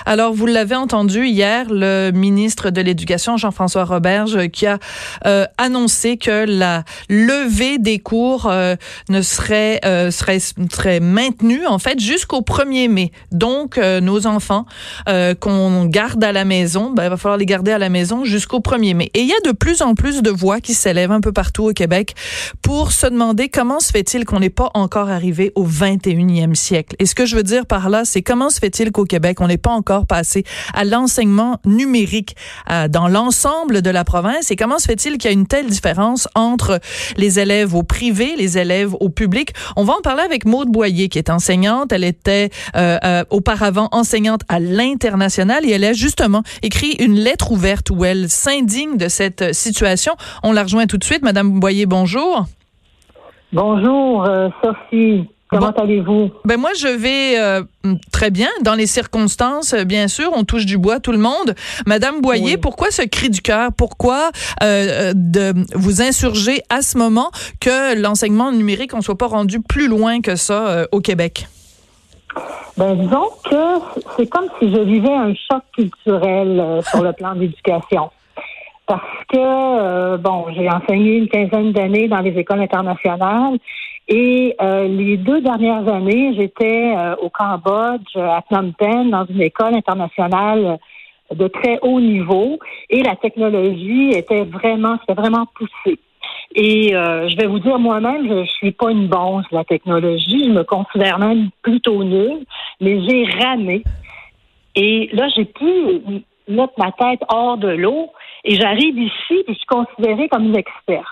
Alors, vous l'avez entendu hier, le ministre de l'Éducation, Jean-François Roberge, qui a annoncé que la levée des cours ne serait maintenue, en fait, jusqu'au 1er mai. Donc, nos enfants qu'on garde à la maison, il va falloir les garder à la maison jusqu'au 1er mai. Et il y a de plus en plus de voix qui s'élèvent un peu partout au Québec pour se demander comment se fait-il qu'on n'est pas encore arrivé au 21e siècle. Et ce que je veux dire par là, c'est comment se fait-il qu'au Québec, on n'est pas encore passé à l'enseignement numérique dans l'ensemble de la province, et comment se fait-il qu'il y a une telle différence entre les élèves au privé, les élèves au public. On va en parler avec Maude Boyer, qui est enseignante. Elle était auparavant enseignante à l'international et elle a justement écrit une lettre ouverte où elle s'indigne de cette situation. On la rejoint tout de suite. Madame Boyer, bonjour. Bonjour, Sophie. Comment allez-vous? Ben moi, je vais très bien. Dans les circonstances, bien sûr, on touche du bois, tout le monde. Madame Boyer, oui. Pourquoi ce cri du cœur? Pourquoi de vous insurger à ce moment que l'enseignement numérique, on soit pas rendu plus loin que ça au Québec? Ben, disons que c'est comme si je vivais un choc culturel sur le plan de l'éducation. Parce que, j'ai enseigné une quinzaine d'années dans les écoles internationales et les 2 dernières années, j'étais au Cambodge, à Phnom Penh, dans une école internationale de très haut niveau et la technologie était vraiment poussée. Et je vais vous dire moi-même, je suis pas une bonze de la technologie, je me considère même plutôt nulle, mais j'ai ramé. Et là, j'ai pu mettre ma tête hors de l'eau et j'arrive ici et je suis considérée comme une experte.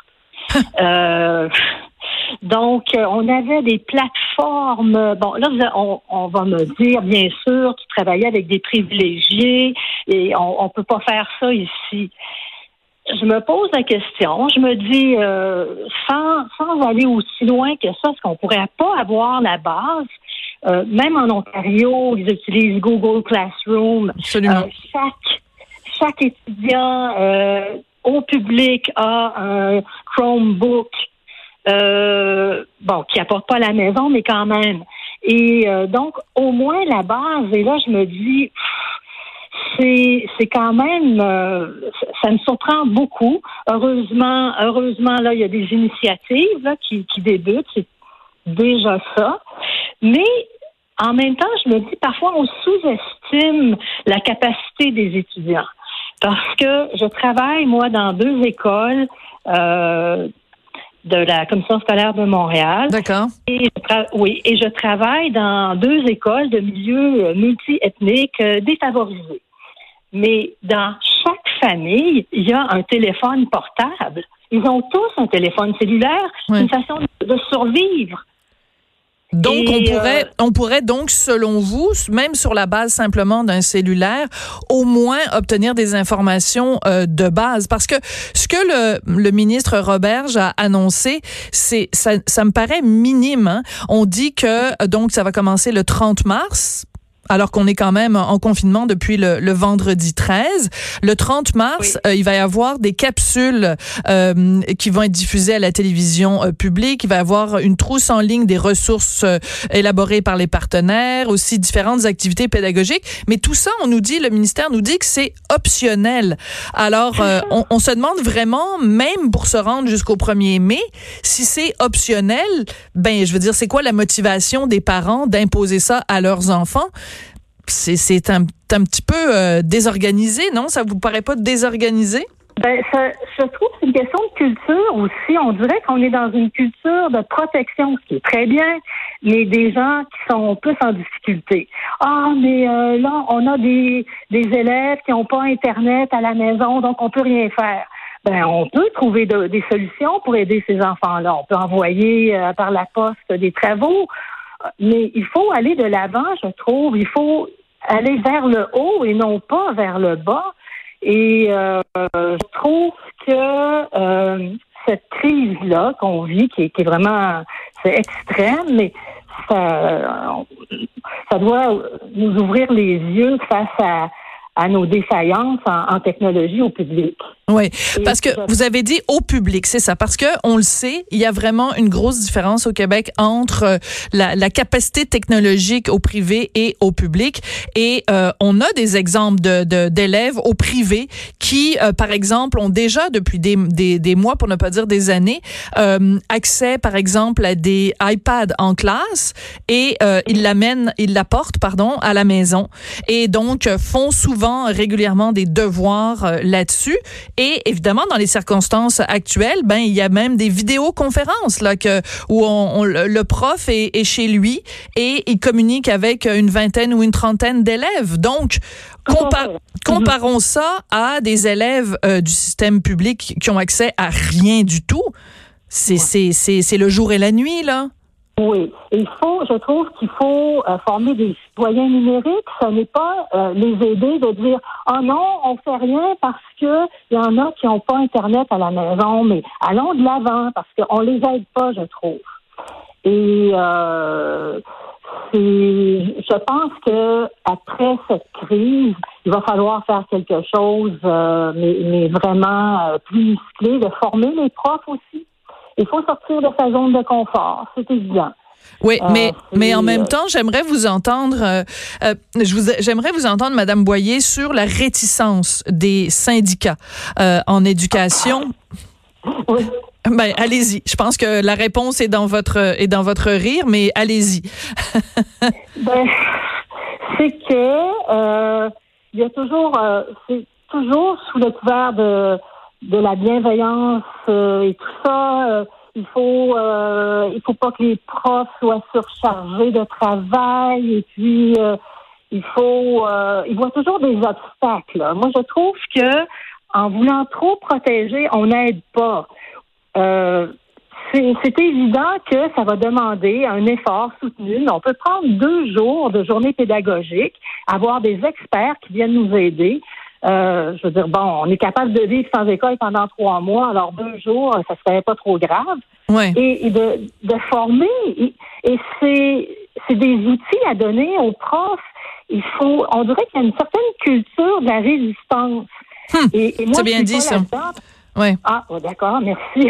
Donc, on avait des plateformes. Bon, là, on va me dire, bien sûr, tu travaillais avec des privilégiés et on peut pas faire ça ici. Je me pose la question, je me dis, sans aller aussi loin que ça, est-ce qu'on pourrait pas avoir la base? Même en Ontario, ils utilisent Google Classroom. Absolument. Chaque étudiant au public a un Chromebook, qui apporte pas à la maison, mais quand même. Et donc, au moins la base, et là, je me dis, c'est quand même, ça me surprend beaucoup. Heureusement, là, il y a des initiatives là, qui débutent, c'est déjà ça. Mais en même temps, je me dis, parfois, on sous-estime la capacité des étudiants. Parce que je travaille, moi, dans 2 écoles de la Commission scolaire de Montréal. D'accord. Et je travaille dans 2 écoles de milieux multi-ethniques défavorisés. Mais dans chaque famille, il y a un téléphone portable. Ils ont tous un téléphone cellulaire. Oui. C'est une façon de survivre. Donc, on pourrait donc, selon vous, même sur la base simplement d'un cellulaire, au moins obtenir des informations de base. Parce que ce que le ministre Roberge a annoncé, ça me paraît minime. Hein? On dit que donc ça va commencer le 30 mars. Alors qu'on est quand même en confinement depuis le vendredi 13. Le 30 mars, oui. Il va y avoir des capsules qui vont être diffusées à la télévision publique. Il va y avoir une trousse en ligne des ressources élaborées par les partenaires, aussi différentes activités pédagogiques. Mais tout ça, le ministère nous dit que c'est optionnel. Alors, on se demande vraiment, même pour se rendre jusqu'au 1er mai, si c'est optionnel, je veux dire, c'est quoi la motivation des parents d'imposer ça à leurs enfants? C'est un petit peu désorganisé, non? Ça vous paraît pas désorganisé? Je trouve que c'est une question de culture aussi. On dirait qu'on est dans une culture de protection, ce qui est très bien, mais des gens qui sont plus en difficulté. Mais là, on a des élèves qui n'ont pas Internet à la maison, donc on peut rien faire. On peut trouver des solutions pour aider ces enfants-là. On peut envoyer par la poste des travaux. Mais il faut aller de l'avant, je trouve. Il faut aller vers le haut et non pas vers le bas. Et je trouve que cette crise-là qu'on vit, qui est vraiment c'est extrême, mais ça doit nous ouvrir les yeux face à nos défaillances en technologie au public. Oui, parce que vous avez dit au public, c'est ça, parce que on le sait, il y a vraiment une grosse différence au Québec entre la capacité technologique au privé et au public, et on a des exemples d'élèves au privé qui, par exemple, ont déjà depuis des mois, pour ne pas dire des années, accès, par exemple, à des iPads en classe, et ils l'apportent, à la maison, et donc font souvent régulièrement des devoirs là-dessus. Et évidemment, dans les circonstances actuelles, il y a même des vidéoconférences là où le prof est chez lui et il communique avec une vingtaine ou une trentaine d'élèves. Donc, comparons ça à des élèves du système public qui ont accès à rien du tout. C'est le jour et la nuit, là. Oui, je trouve qu'il faut former des citoyens numériques. Ce n'est pas les aider de dire « Oh non, on fait rien parce que il y en a qui n'ont pas Internet à la maison, mais allons de l'avant parce qu'on les aide pas, je trouve. » Et je pense que après cette crise, il va falloir faire quelque chose, mais vraiment plus musclé, de former les profs aussi. Il faut sortir de sa zone de confort, c'est évident. Oui, mais en même temps, j'aimerais vous entendre, Madame Boyer, sur la réticence des syndicats en éducation. Oui. Allez-y. Je pense que la réponse est dans votre rire, mais allez-y. C'est que il y a toujours, c'est toujours sous le couvert de la bienveillance et tout ça. Il faut pas que les profs soient surchargés de travail, et puis ils voient toujours des obstacles. Là. Moi, je trouve que en voulant trop protéger, on n'aide pas. C'est évident que ça va demander un effort soutenu, mais on peut prendre 2 jours de journée pédagogique, avoir des experts qui viennent nous aider. Je veux dire, on est capable de vivre sans école pendant 3 mois, alors 2 jours, ça serait pas trop grave. Ouais. Et de former, et c'est des outils à donner aux profs. On dirait qu'il y a une certaine culture de la résistance. Et moi, c'est bien dit, ça. Ouais. Ah, d'accord, merci.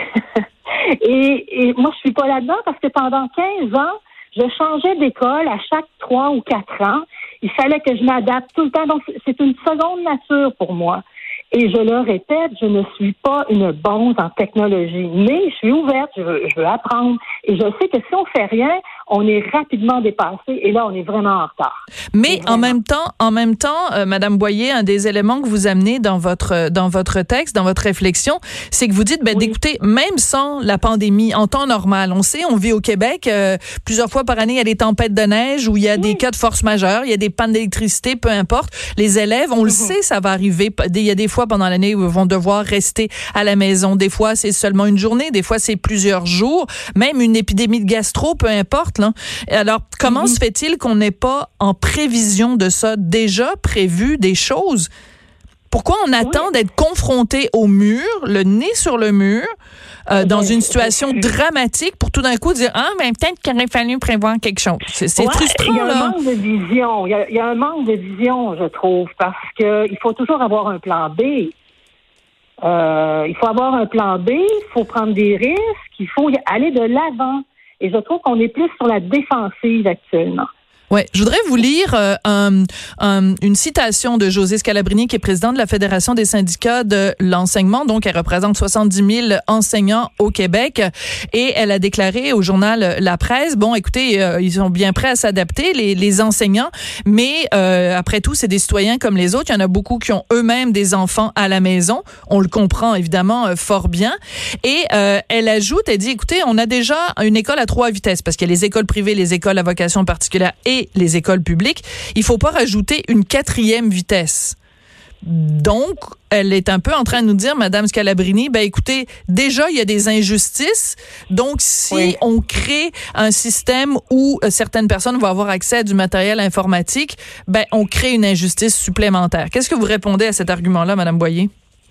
et moi, je suis pas là-dedans parce que pendant 15 ans, je changeais d'école à chaque 3 ou 4 ans. Il fallait que je m'adapte tout le temps. Donc, c'est une seconde nature pour moi. Et je le répète, je ne suis pas une bonze en technologie, mais je suis ouverte, je veux apprendre. Et je sais que si on fait rien, on est rapidement dépassé et là, on est vraiment en retard. Mais en même temps, Madame Boyer, un des éléments que vous amenez dans votre texte, dans votre réflexion, c'est que vous dites, d'écouter, même sans la pandémie, en temps normal, on sait, on vit au Québec, plusieurs fois par année, il y a des tempêtes de neige où il y a des cas de force majeure, il y a des pannes d'électricité, peu importe. Les élèves, on le sait, ça va arriver. Il y a des fois pendant l'année où ils vont devoir rester à la maison. Des fois, c'est seulement une journée, des fois, c'est plusieurs jours. Même une épidémie de gastro, peu importe. Là. Alors, comment se fait-il qu'on n'ait pas, en prévision de ça, déjà prévu des choses? Pourquoi on attend d'être confronté au mur, le nez sur le mur, dans une situation dramatique pour tout d'un coup dire « Ah, mais peut-être qu'il aurait fallu prévoir quelque chose. » C'est frustrant, là. Il y a un manque de vision. Il y a un manque de vision, je trouve, parce que il faut toujours avoir un plan B. Il faut avoir un plan B, il faut prendre des risques, il faut aller de l'avant. Et je trouve qu'on est plus sur la défensive actuellement. Ouais, je voudrais vous lire une citation de Josée Scalabrini, qui est présidente de la Fédération des syndicats de l'enseignement. Donc, elle représente 70 000 enseignants au Québec. Et elle a déclaré au journal La Presse, écoutez, ils sont bien prêts à s'adapter, les enseignants, mais après tout, c'est des citoyens comme les autres. Il y en a beaucoup qui ont eux-mêmes des enfants à la maison. On le comprend évidemment fort bien. Et elle ajoute, elle dit, écoutez, on a déjà une école à 3 vitesses, parce qu'il y a les écoles privées, les écoles à vocation particulière et les écoles publiques. Il faut pas rajouter une 4e vitesse. Donc, elle est un peu en train de nous dire, Madame Scalabrini, écoutez, déjà, il y a des injustices. Donc, si on crée un système où certaines personnes vont avoir accès à du matériel informatique, on crée une injustice supplémentaire. Qu'est-ce que vous répondez à cet argument-là, Madame Boyer?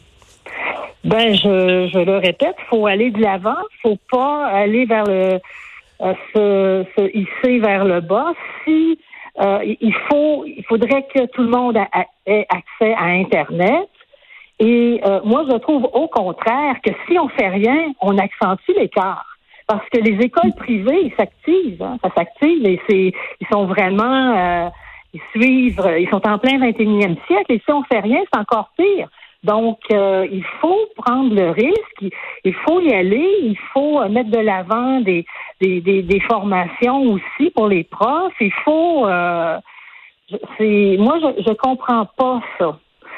Je le répète, il faut aller de l'avant. Il faut pas aller vers se hisser vers le bas. Si il faudrait que tout le monde ait accès à Internet. Et moi, je trouve au contraire que si on fait rien, on accentue l'écart. Parce que les écoles privées, ils s'activent, hein, ça s'active et ils sont vraiment, ils sont en plein 21e siècle et si on fait rien, c'est encore pire. Donc, il faut prendre le risque, il faut y aller, il faut mettre de l'avant des formations aussi pour les profs. Il faut, je comprends pas ça.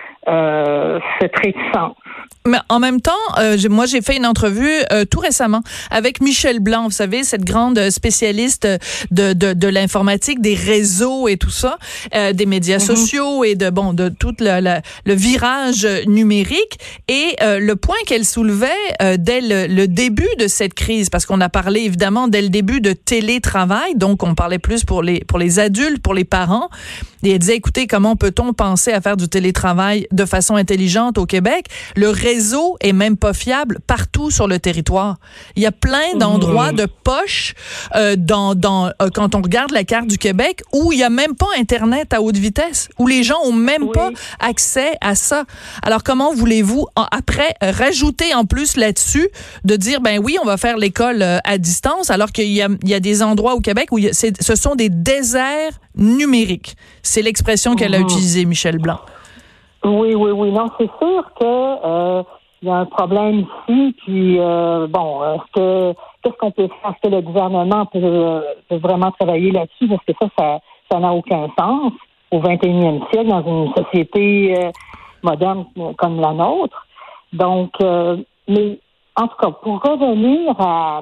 Cette réticence. Mais en même temps, moi j'ai fait une entrevue tout récemment avec Michel Blanc, vous savez, cette grande spécialiste de l'informatique, des réseaux et tout ça, des médias sociaux et de tout le virage numérique. Et le point qu'elle soulevait dès le début de cette crise, parce qu'on a parlé évidemment dès le début de télétravail, donc on parlait plus pour les adultes, pour les parents. Et elle disait, écoutez, comment peut-on penser à faire du télétravail de façon intelligente au Québec? Le réseau est même pas fiable partout sur le territoire. Il y a plein d'endroits de poche quand on regarde la carte du Québec où il y a même pas Internet à haute vitesse, où les gens ont même pas accès à ça. Alors, comment voulez-vous, après, rajouter en plus là-dessus de dire, ben oui, on va faire l'école à distance, alors qu'il y a des endroits au Québec où ce sont des déserts numériques. C'est l'expression qu'elle a utilisée, Michel Blanc. Oui. Non, c'est sûr que il y a un problème ici. Puis qu'est-ce qu'on peut faire? Est-ce que le gouvernement peut vraiment travailler là-dessus? Parce que ça n'a aucun sens au 21e siècle dans une société moderne comme la nôtre. Donc, mais en tout cas, pour revenir à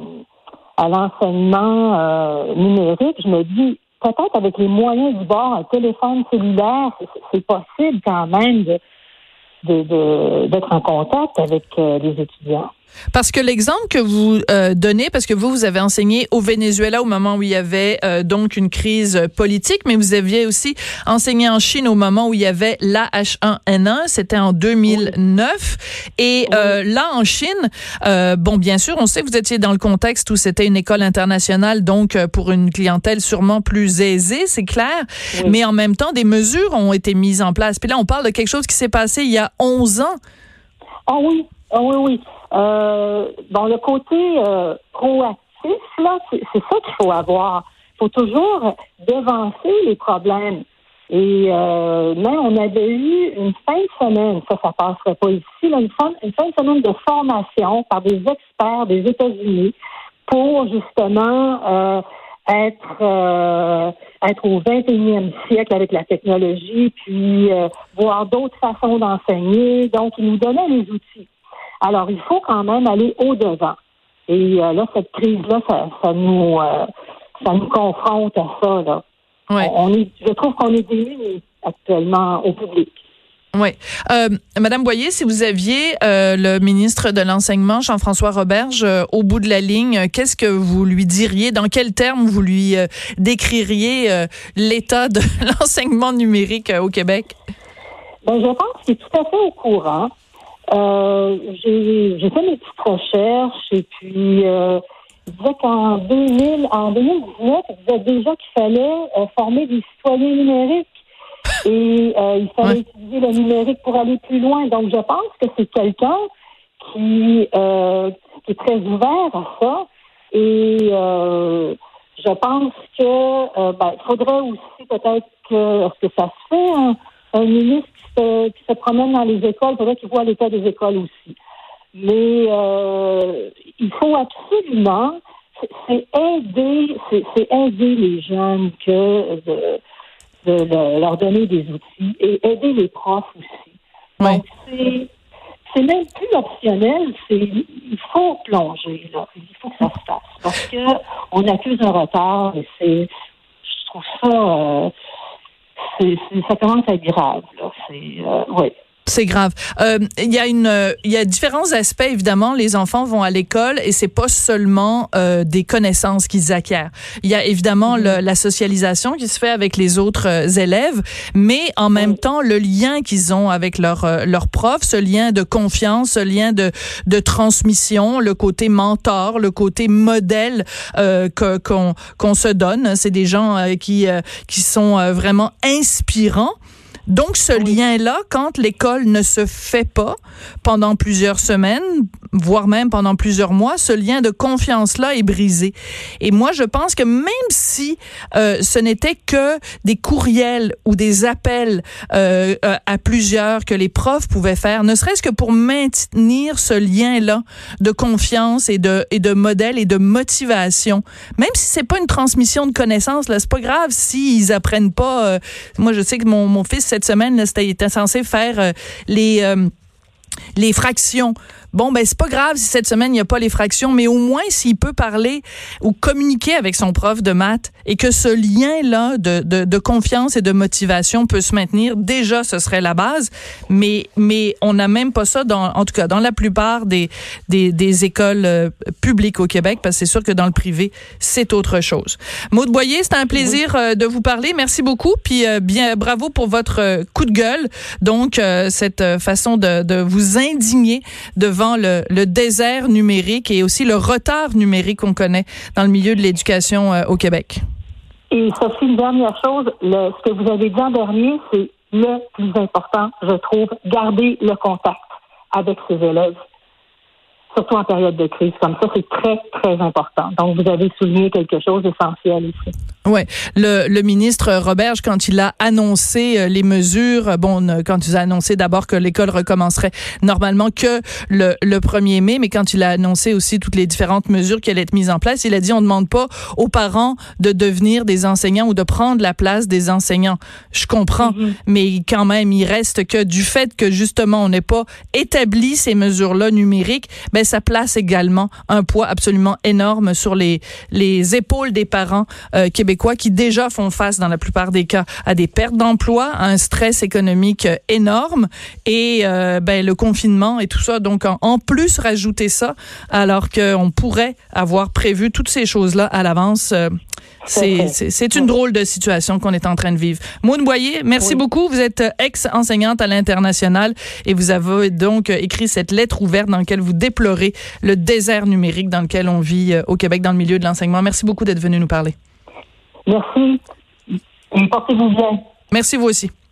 l'enseignement numérique, je me dis peut-être avec les moyens du bord, un téléphone cellulaire, c'est possible quand même d'être en contact avec les étudiants. Parce que l'exemple que vous donnez, parce que vous avez enseigné au Venezuela au moment où il y avait donc une crise politique, mais vous aviez aussi enseigné en Chine au moment où il y avait l'H1N1, c'était en 2009. Et là, en Chine, bien sûr, on sait que vous étiez dans le contexte où c'était une école internationale, donc pour une clientèle sûrement plus aisée, c'est clair. Oui. Mais en même temps, des mesures ont été mises en place. Puis là, on parle de quelque chose qui s'est passé il y a 11 ans. Ah oui. Le côté proactif, là, c'est ça qu'il faut avoir. Il faut toujours devancer les problèmes. Et même on avait eu une fin de semaine, ça passerait pas ici, là, une fin de semaine de formation par des experts des États-Unis pour justement être au 21e siècle avec la technologie, puis voir d'autres façons d'enseigner. Donc, ils nous donnaient les outils. Alors, il faut quand même aller au-devant. Et là, cette crise-là, ça nous confronte à ça, là. Ouais. Je trouve qu'on est démunis actuellement au public. Oui. Madame Boyer, si vous aviez le ministre de l'Enseignement, Jean-François Roberge, au bout de la ligne, qu'est-ce que vous lui diriez? Dans quels termes vous lui décririez l'état de l'enseignement numérique au Québec? Je pense qu'il est tout à fait au courant. J'ai fait mes petites recherches et puis il disait qu'en 2019, il disait déjà qu'il fallait former des citoyens numériques et il fallait utiliser le numérique pour aller plus loin. Donc, je pense que c'est quelqu'un qui est très ouvert à ça et je pense que il faudrait aussi peut-être que, est-ce que ça se fait, un ministre qui se promène dans les écoles, il faudrait qu'il voit l'état des écoles aussi. Mais il faut absolument, c'est aider les jeunes que de leur donner des outils et aider les profs aussi. Ouais. Donc c'est même plus optionnel, il faut plonger là, il faut que ça se fasse parce que on accuse un retard et je trouve ça ça commence à être grave là. C'est grave. Il y a différents aspects, évidemment. Les enfants vont à l'école et c'est pas seulement des connaissances qu'ils acquièrent. Il y a évidemment la socialisation qui se fait avec les autres élèves, mais en même temps, le lien qu'ils ont avec leur prof, ce lien de confiance, ce lien de transmission, le côté mentor, le côté modèle qu'on se donne. C'est des gens qui sont vraiment inspirants. Donc, ce lien-là, quand l'école ne se fait pas pendant plusieurs semaines, voire même pendant plusieurs mois, ce lien de confiance-là est brisé. Et moi, je pense que même si ce n'était que des courriels ou des appels à plusieurs que les profs pouvaient faire, ne serait-ce que pour maintenir ce lien-là de confiance et de modèle et de motivation, même si c'est pas une transmission de connaissances, là, c'est pas grave s'ils apprennent pas. Moi, je sais que mon fils cette semaine, là, il était censé faire les fractions. Bon, ben c'est pas grave si cette semaine il n'y a pas les fractions, mais au moins s'il peut parler ou communiquer avec son prof de maths et que ce lien-là de confiance et de motivation peut se maintenir, déjà ce serait la base. Mais on n'a même pas ça en tout cas dans la plupart des écoles publiques au Québec, parce que c'est sûr que dans le privé c'est autre chose. Maude Boyer, c'était un plaisir de vous parler. Merci beaucoup, puis bien bravo pour votre coup de gueule. Donc cette façon de vous indigner devant le désert numérique et aussi le retard numérique qu'on connaît dans le milieu de l'éducation au Québec. Et Sophie, une dernière chose, ce que vous avez dit en dernier, c'est le plus important, je trouve, garder le contact avec ses élèves. Surtout en période de crise comme ça, c'est très, très important. Donc, vous avez souligné quelque chose d'essentiel ici. Ouais, le ministre Roberge, quand il a annoncé les mesures, quand il a annoncé d'abord que l'école recommencerait normalement que le 1er mai, mais quand il a annoncé aussi toutes les différentes mesures qui allaient être mises en place, il a dit on ne demande pas aux parents de devenir des enseignants ou de prendre la place des enseignants. Je comprends, mais quand même, il reste que du fait que justement on n'ait pas établi ces mesures-là numériques, ben ça place également un poids absolument énorme sur les épaules des parents québécois qui déjà font face dans la plupart des cas à des pertes d'emploi, à un stress économique énorme et le confinement et tout ça. Donc en plus rajouter ça alors qu'on pourrait avoir prévu toutes ces choses-là à l'avance. C'est une drôle de situation qu'on est en train de vivre. Maude Boyer, merci beaucoup. Vous êtes ex-enseignante à l'International et vous avez donc écrit cette lettre ouverte dans laquelle vous déplorez le désert numérique dans lequel on vit au Québec dans le milieu de l'enseignement. Merci beaucoup d'être venu nous parler. Merci. Et portez-vous bien. Merci, vous aussi.